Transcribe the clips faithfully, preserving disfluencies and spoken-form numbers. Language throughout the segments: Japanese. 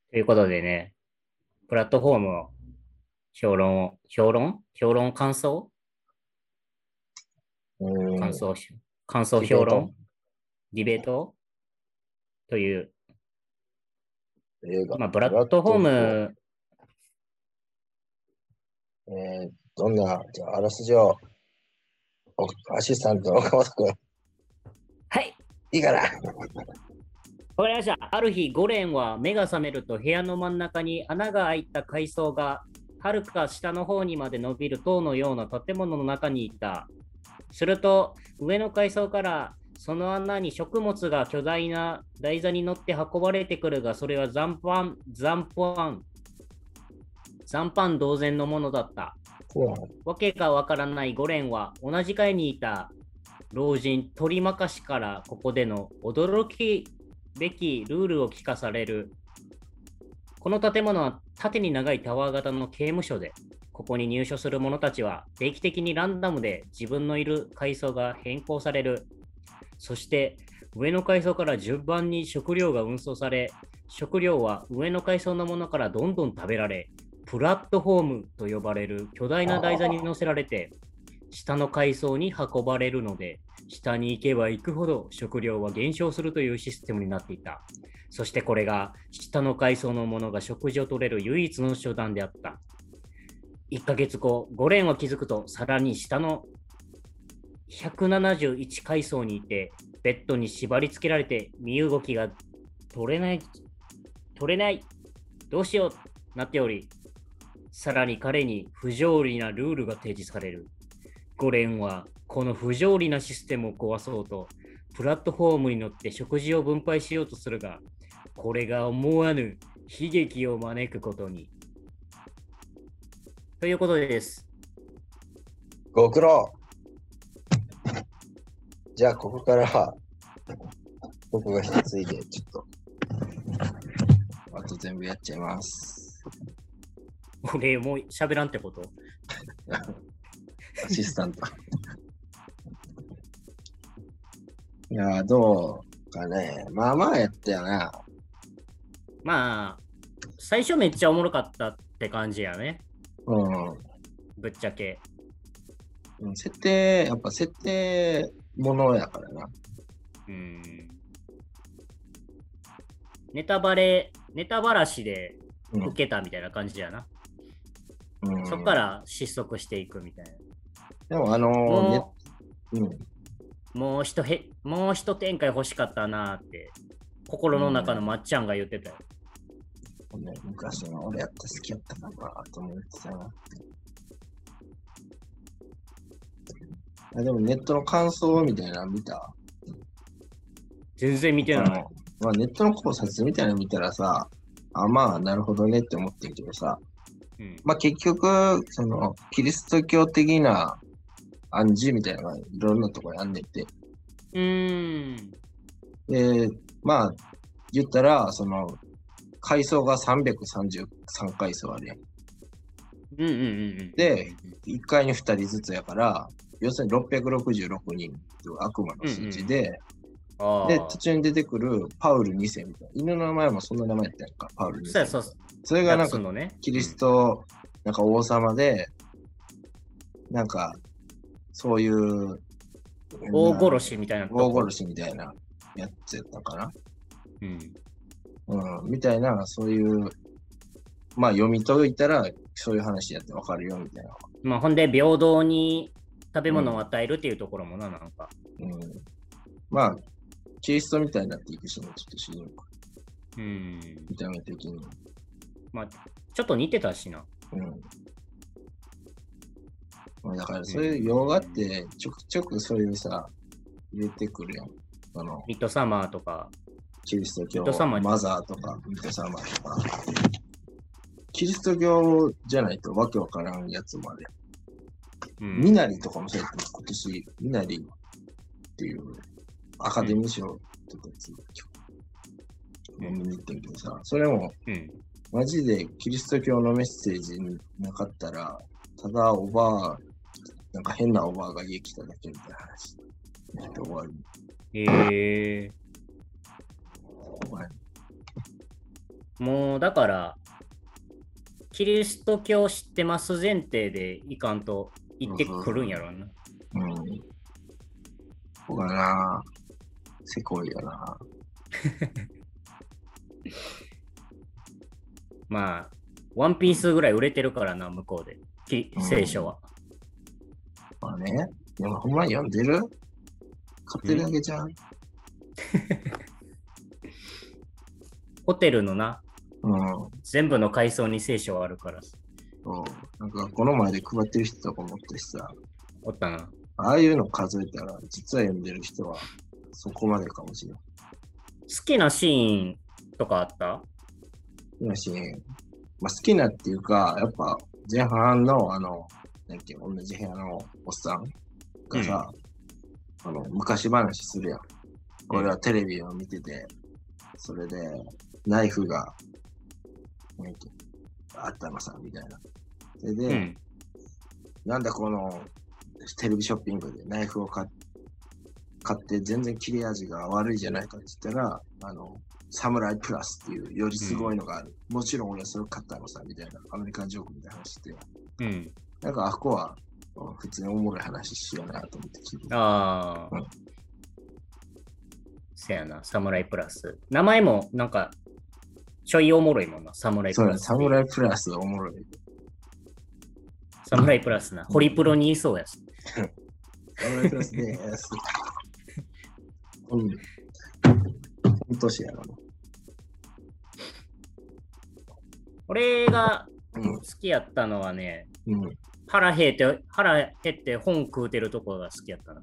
ということでね、プラットフォームを評論を、評論評論感想うーん、 感想、感想ディベート、 評論ディベートという、 映画、 まあ、プラプラッットフォートフォーム、 ム。えー、どんな、じゃあ、あらすじを、おアシスタントの岡本君、 はい、 いいかな。 わかりました。ある日、ゴレンは目が覚めると部屋の真ん中に穴が開いた階層が、はるか下の方にまで伸びる塔のような建物の中にいた。すると、上の階層からその穴に食物が巨大な台座に乗って運ばれてくるが、それは残飯、残飯、残飯同然のものだった。 そうなの。 わけがわからないゴレンは同じ階にいた老人鳥まかしからここでの驚きべきルールを聞かされる。この建物は縦に長いタワー型の刑務所で、ここに入所する者たちは定期的にランダムで自分のいる階層が変更される。そして上の階層から順番に食料が運送され、食料は上の階層のものからどんどん食べられ、プラットフォームと呼ばれる巨大な台座に乗せられて、下の階層に運ばれるので、下に行けば行くほど食料は減少するというシステムになっていた。そしてこれが下の階層のものが食事を取れる唯一の手段であった。いっかげつご、ゴレンは気づくと、さらに下のひゃくななじゅういち階層にいて、ベッドに縛り付けられて身動きが取れない、取れない、どうしようなっており、さらに彼に不条理なルールが提示される。ゴレンはこの不条理なシステムを壊そうと、プラットフォームに乗って食事を分配しようとするが、これが思わぬ悲劇を招くことに。ということです。 ご苦労。じゃあ、ここからは、僕が引き継いで、ちょっと、あと全部やっちゃいます。 俺もう喋らんってこと？ アシスタント。いやー、どうかね。まあまあやったよな。 まあ、最初めっちゃおもろかったって感じやね。 うぶっちゃけ。 ん。設定、やっぱ設定ものやからな。 うん。ネタバレ、ネタバラシでうん。 受けたみたいな感じやな。 うん、 そっから失速していくみたいな。 でも、あのー、ね、 もうん。 う、もう一へ、もう一展開欲しかったなーって、心の中のまっちゃんが言ってたよ。 うん、ね、昔の俺やった好きやったかなと思ってたな。あ、でもネットの感想みたいなの見た？ 全然見てない。 その、まあ、ネットの考察みたいなの見たらさ、あ、まあ、なるほどねって思ってるけどさ、 うん。 まあ結局、その、キリスト教的な暗示みたいなのがいろんなところにあんねんて。 うーん。 で、まあ、言ったら、その、階層がさんびゃくさんじゅうさん階層あるやん。 うんうんうんうん。 で、いっかいにふたりずつやから、要するにろっぴゃくろくじゅうろくにんという悪魔の数字で、 うんうん、 で、 ああ。 途中に出てくるパウルにせいみたいな。犬の名前もそんな名前やったやんか、パウルにせい。 そうやそう。 それがなんか、 ダックスのね。 キリスト、なんか王様で、なんか、そういう、 大殺しみたいなとこ。 大殺しみたいなやつやったかな。 うん。 うん、みたいな、そういう、まあ読み解いたら、そういう話やってわかるよ、みたいな。 まあ、ほんで、平等に食べ物を与えるっていうところもな、なんか。 うん。まあ、キリストみたいになっていくしね、ちょっと主人公。 うん。 見た目的に。 まあ、ちょっと似てたしな。 うん。まあ、だからそういう洋画ってちょくちょくそういうさ、入れてくるやん。その、 ミッドサマーとか。 キリスト教ミッドサマーマザーとか、ミッドサマーとか。キリスト教じゃないとわけわからんやつまで。 うん、 ミナリとかもそうやって今年、ミナリっていうアカデミー賞とかつ、うん、もう見に行ってんけどさ、それも、 うん、 マジでキリスト教のメッセージなかったら、ただおばあ、なんか変なおばあが家来ただけみたいな話。で終わる。 へえー。 もうだから、キリスト教知ってます前提でいかんと言ってくるんやろな。 うん。そうだな。せこいよな。 まあ、ワンピースぐらい売れてるからな、向こうで。聖書は。 まあね。でもほんまに読んでる？買ってるだけじゃん。 ホテルのな、 うん。 全部の階層に聖書あるから。 そう。なんかこの前で配ってる人とかもおったしさ。 おったな。 ああいうの数えたら、実は読んでる人はそこまでかもしれない。 好きなシーンとかあった？ 好きなシーン。まあ、好きなっていうか、やっぱ前半のあの、なんていう同じ部屋のおっさんがさ、うん、あの昔話するやん。俺はテレビを見てて、それでナイフが、なんてあったのさ、みたいな。それで、うん、なんだこのテレビショッピングでナイフを買って全然切れ味が悪いじゃないかって言ったら、あの、サムライプラスっていうよりすごいのがある。うん、もちろん俺はそれを買ったのさ、みたいなアメリカンジョークみたいな話して。うん。なんかあそこは普通におもろい話しようなと思って聞いて。 ああ。うん、せやな、サムライプラス。名前もなんかちょいおもろいもんな、サムライプラス。 そう、サムライプラスおもろい。 サムライプラスな、ホリプロにいそうやし。 サムライプラスでーす。うん。本当しやろな。 俺が好きやったのはね、うん、腹減って、腹減って本食うてるところが好きやったな。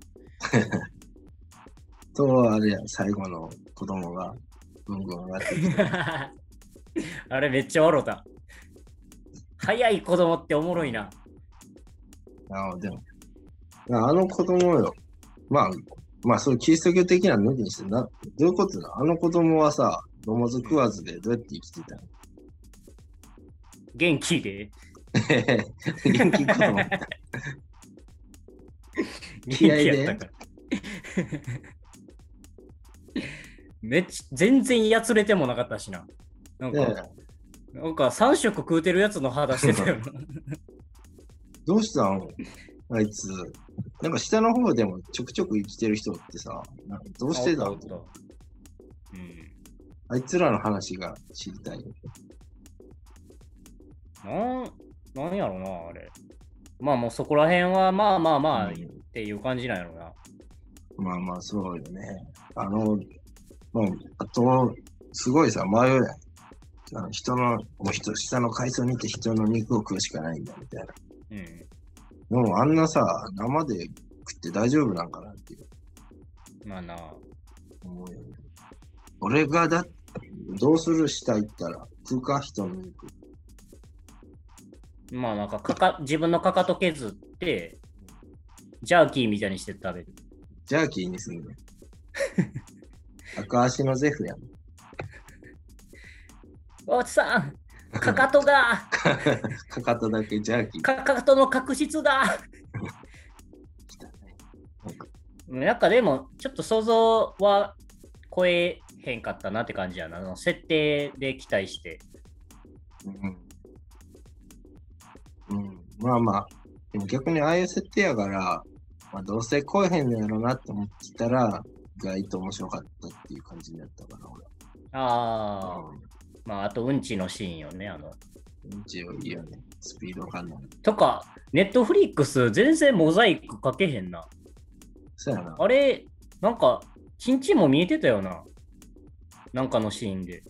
と、あれや、最後の子供が、ぐんぐん上がってきて。 あれめっちゃ笑った。早い子供っておもろいな。 ああ、でも、あの子供よ。まあ、まあ、そういうキリスト教的な抜きにしてな、どういうことだ？あの子供はさ、飲まず食わずでどうやって生きてたの？ 元気で元気子供だった。気合でやったかめっちゃ全然やつれてもなかったしな。なんか、ね、なんかさん食食うてるやつの肌してたよな。 どうしたんあいつ。なんか下の方でもちょくちょく生きてる人ってさ、なんかどうしてたの？うん、あいつらの話が知りたい。 なん、なんやろな、あれ。まあもうそこら辺はまあまあまあっていう感じなんやろな。 うん、まあまあそうよね。あの、まあ、あと、すごいさ、迷うやん。あの人の、もう人、下の階層にいて人の肉を食うしかないんだみたいな。うん。でもあんなさ、生で食って大丈夫なんかなっていう。 まあな。 思うよね。俺がだ、どうするしたいったら、食うか人の肉。 まあなんかかか、自分のかかと削って、ジャーキーみたいにして食べる。 ジャーキーにすんの赤足のゼフやん。 おっさん、かかとがかかとだけジャーキー。 かかとの角質がなんかでも、ちょっと想像は超えへんかったなって感じやな。の設定で期待して。 うん。うん、まあまあ、でも逆にああいう設定やから、まあ、どうせ超えへんのやろうなって思ってたら、意外と面白かったっていう感じになったから、俺。 ああ、うん、まあ、あとうんちのシーンよね、あの。 うんちはいいよね。スピード感の。 とか、ネットフリックス全然モザイクかけへんな。 そうやな。 あれ、なんか、ちんちんも見えてたよな。なんかのシーンで。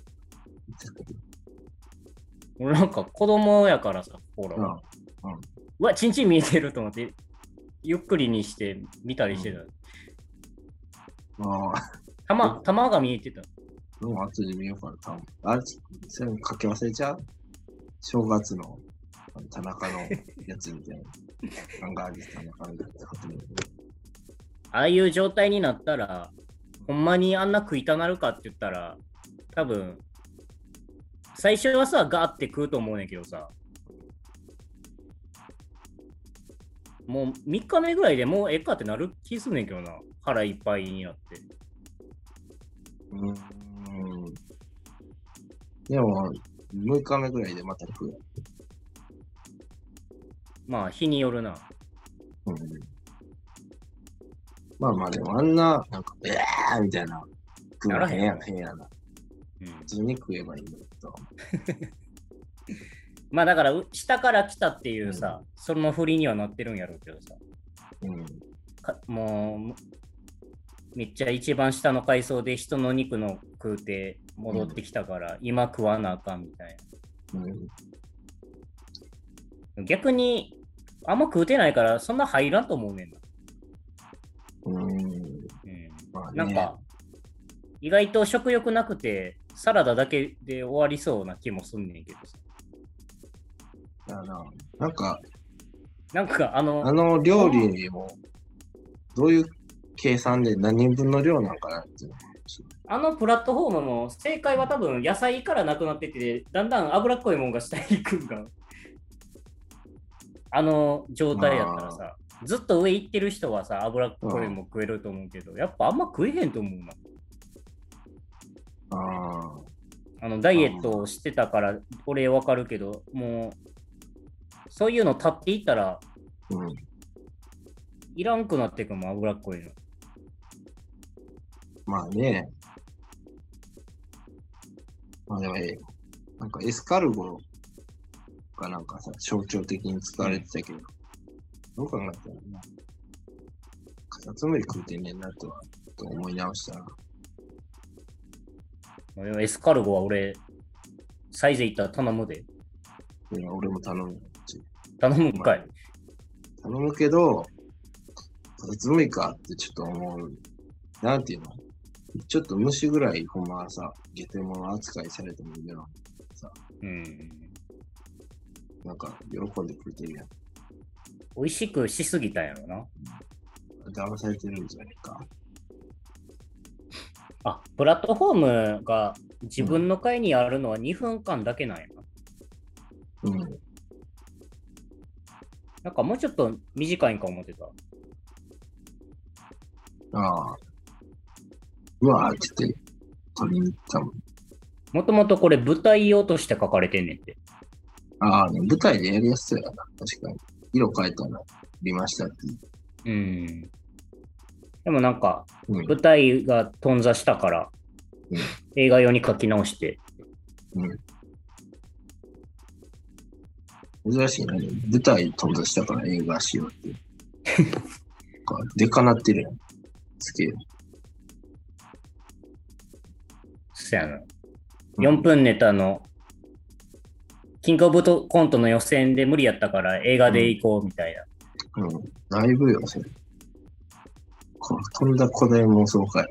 俺なんか子供やからさ、ほら。うん。うん、うわ、ちんちん見えてると思って、ゆっくりにして見たりしてた。うん、ああ。玉、玉が見えてた。 でも後で見ようかな、多分。あれ、それかけ忘れちゃう？正月の田中のやつみたいな。考えて田中のやつ買ってみる。 ああいう状態になったら、ほんまにあんな食いたなるかって言ったら、多分、最初はさ、ガーって食うと思うねんけどさ、もうみっかめぐらいでもうええかってなる気すんねんけどな。腹いっぱいになって。 うーん。 でも、むいかめぐらいでまた増える。 まあ、日によるな。 うん。まあまあ、でもあんな、なんか、えーみたいな、食わへんやん、変やな。 うん、 普通に食えばいいんだと。 まあだから下から来たっていうさ、 うん、 その振りにはなってるんやろうけどさ、 うん、 かもうめっちゃ一番下の階層で人の肉の食うて戻ってきたから、うん、今食わなあかんみたいな、うん、逆にあんま食うてないからそんな入らんと思うねんな。 うん、うんまあね、なんか意外と食欲なくてサラダだけで終わりそうな気もすんねんけどさ。 だな、なんか、 なんかあの、 あの料理も、どういう計算で何人分の量なんかなっていう。 あのプラットフォームも正解は多分野菜からなくなってて、だんだん脂っこいもんが下に行くんが。あの状態やったらさ、ずっと上行ってる人はさ、脂っこいもん食えると思うけど、やっぱあんま食えへんと思うな。 ああのダイエットをしてたから俺わかるけど、もうそういうの立っていったら、うん、いらんくなってくもん、脂っこいの。 まあね。まあでもええ。なんかエスカルゴがなんかさ、象徴的に使われてたけど、うん、どう考えたらな。カタツムリ食うてんねんなとは、と思い直したな。エスカルゴは俺、サイズいったら頼むで。 いや、俺も頼む。 頼むんかい、まあ。頼むけど、カタツムリかってちょっと思う。なんていうの、ちょっと虫ぐらいほんまはさ、ゲテモノ扱いされてもいいよさ。うん。なんか、喜んでくれてるやん。 美味しくしすぎたんやろな。 騙されてるんじゃないか。 あ、プラットフォームが自分の階にあるのはにふんかんだけなんやな。うん。なんかもうちょっと短いんか思ってた。 ああ。うわーって言って取りに行ったもん。 もともとこれ舞台用として書かれてんねんって。 ああ、ね、舞台でやりやすそうやな。確かに。色変えたら見ましたって。 うん。でもなんか、うん、舞台が頓挫したから、うん、映画用に書き直して。 うん。珍しいな、ね。舞台頓挫したから映画しようって。でかなってるやん。スケール。 そやな。よんぷんネタの、キングオブコントの予選で無理やったから映画で行こうみたいな。うん。うん、だいぶよ、それ。ことんだ古代妄想会。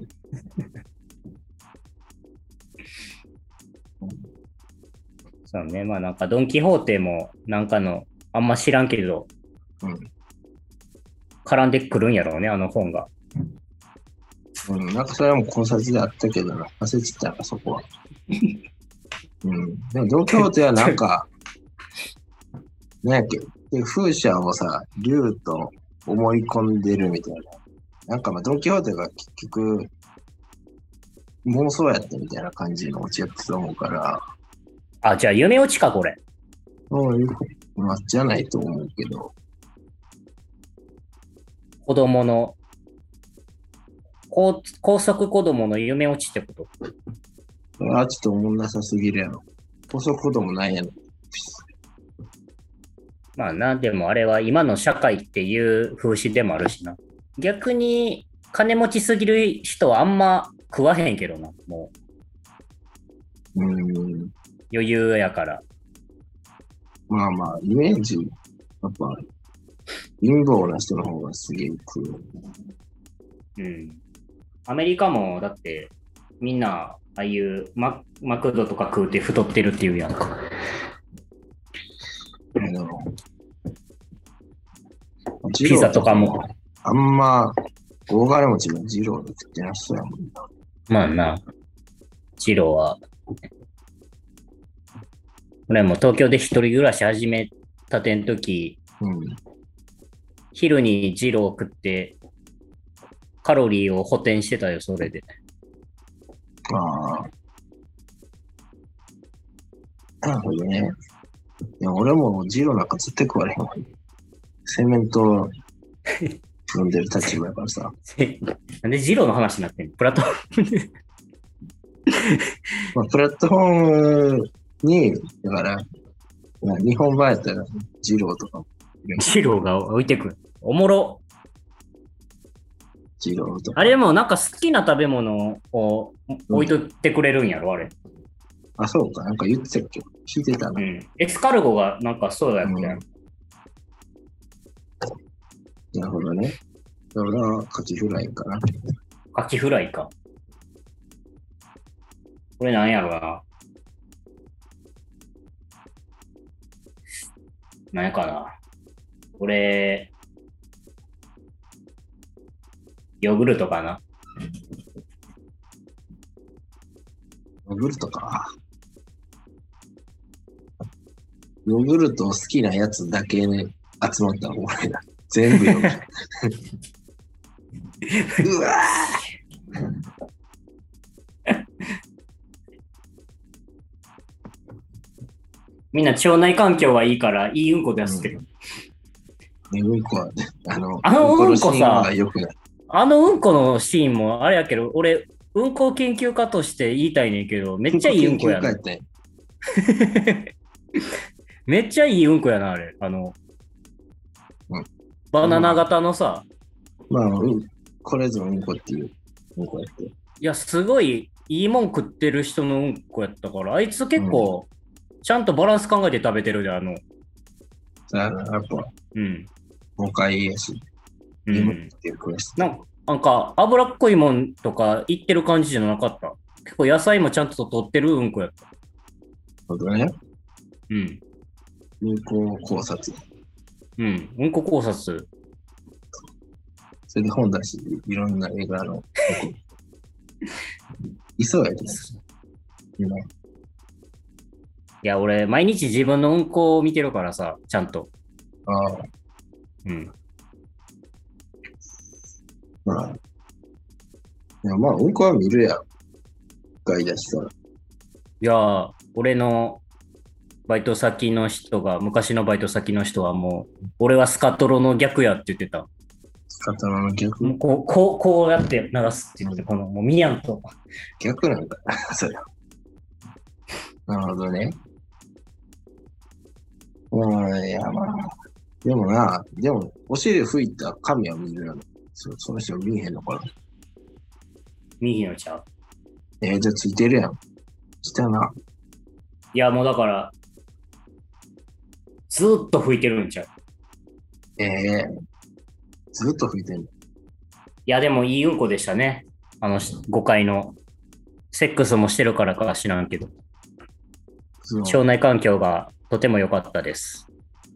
そうね、まあなんかドン・キホーテもなんかのあんま知らんけど、うん、絡んでくるんやろうね、あの本が。 うん、なんかそれはもう考察であったけどな、忘れちゃったな、そこは。うん。でもドン・キホーテはなんか、なんやっけ、風車をさ、竜と思い込んでるみたいな。なんかまあドン・キホーテが結局、妄想やったみたいな感じの落ちやってたと思うから。 あ、じゃあ夢落ちか、これ。 そういうこと、まあ、じゃないと思うけど。 子供の、高高速子供の夢落ちってこと？ ああ、ちょっと思んなさすぎるやろ。高速子供ないやろ。 まあな、でもあれは今の社会っていう風刺でもあるしな。逆に金持ちすぎる人はあんま食わへんけどな、もう。うん。余裕やから。 まあまあ、イメージ、やっぱ、貧乏な人の方がすげえ食う。 うん。アメリカもだってみんなああいうママクドとか食うて太ってるっていうやんか。ピザとかも。 あんま、大金持ちがジローで食ってなそうやもんな。 まあな。ジローは。俺も東京で一人暮らし始めたてん時、うん、昼にジロー食って、カロリーを補填してたよ、それで。ああ。 なるほどね。いや、俺もジローなんか絶対食われへんわ。セメント飲んでる立場やからさ。 なんでジローの話になってんの？プラットフォームまあ、プラットフォームに、だから、まあ、日本版やったらジローとかも。 ジローが置いてくる。おもろ。 ジローとか。 あれもなんか好きな食べ物を置いとってくれるんやろ、あれ。 あ、そうか。なんか言ってたっけ？聞いてたな。 うん。エスカルゴがなんかそうやったやん。 なるほどね。だから、カキフライかな。 カキフライか。これなんやろな。なんやかな。これ、ヨーグルトかな。 ヨーグルトか。ヨーグルト好きなやつだけね、集まったらおもろいな。全部ヨーグルト。うわみんな腸内環境はいいから、いいうんこ出すってる。 うん、うんこはね、あの、 あのうんこさ、 よくない。 あのうんこのシーンもあれやけど、俺、うんこ研究家として言いたいねんけど、めっちゃいいうんこやな。めっちゃいいうんこやな、あれ。あの、うん、バナナ型のさ。 まあ、うん、これぞうんこっていううんこやって。 いや、すごいいいもん食ってる人のうんこやったから、あいつ結構、ちゃんとバランス考えて食べてるで、あの。 さあ、やっぱ、 うん。 豪快やし、 うん。 っていうクエスト。なんか、なんか脂っこいもんとかいってる感じじゃなかった。結構野菜もちゃんと取ってるうんこやった。 なるほどね。 うん。 うんこ考察。 うん。うんこ考察。 それで本だし、いろんな映画の。いそうやけど。今。いや、俺、毎日自分のうんこを見てるからさ、ちゃんと。 ああ。 うん。 まあ。いや、まあ、うんこは見るやん。外出したら。いや、俺のバイト先の人が、昔のバイト先の人はもう、俺はスカトロの逆やって言ってた。 スカトロの逆？ もうこう、こう、こうやって流すって言って、この、もう見やんと。 逆なんだ。それ。なるほどね。うん、いや、まあ。でもな、でも、お尻拭いた髪は見るやろ。そその人見えへんのかな。 右のちゃう。 えー、じゃあついてるやん。したな。 いや、もうだから、ずーっと拭いてるんちゃう。 ええー、ずっと拭いてんの。いや、でもいいうんこでしたね。あの、ごかいの。セックスもしてるからか知らんけど。腸内環境がとても良かったです。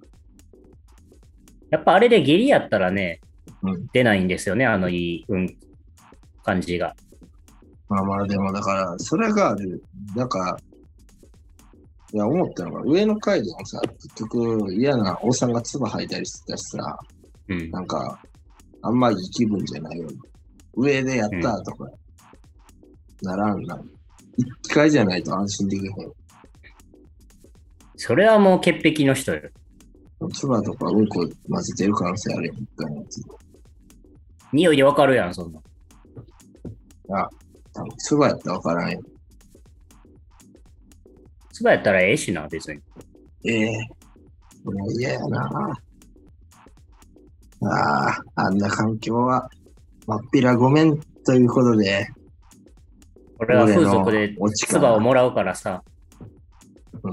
やっぱあれで下痢やったらね、うん、出ないんですよね、あのいい、うん、感じが。 まあまあ、でもだから、それがある。なんか、いや、思ったのが、上の階でもさ、結局嫌なおっさんが唾吐いたりしてたしさ、うん、なんか、あんまいい気分じゃないよ。上でやったとか、うん、ならんな。一回じゃないと安心できへん。 それはもう潔癖の人よ。 唾とかうんこ混ぜてる可能性あるやん、一回のやつ。 匂いでわかるやん、そんな。 あ、多分唾やったらわからんよ。 唾やったらええしな、別に。 ええー。これは嫌やな。ああ、あんな環境は、まっぴらごめんということで。 俺は風俗で唾をもらうからさ。 うん。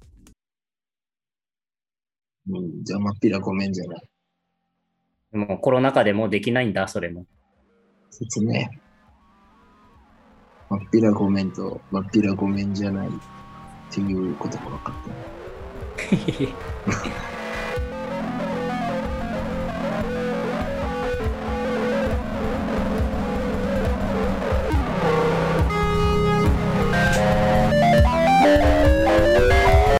うん、じゃあ、まっぴらごめんじゃない。 もうコロナ禍でもうできないんだ、それも。 説明。まっぴらごめんと、まっぴらごめんじゃないっていうことが分かった。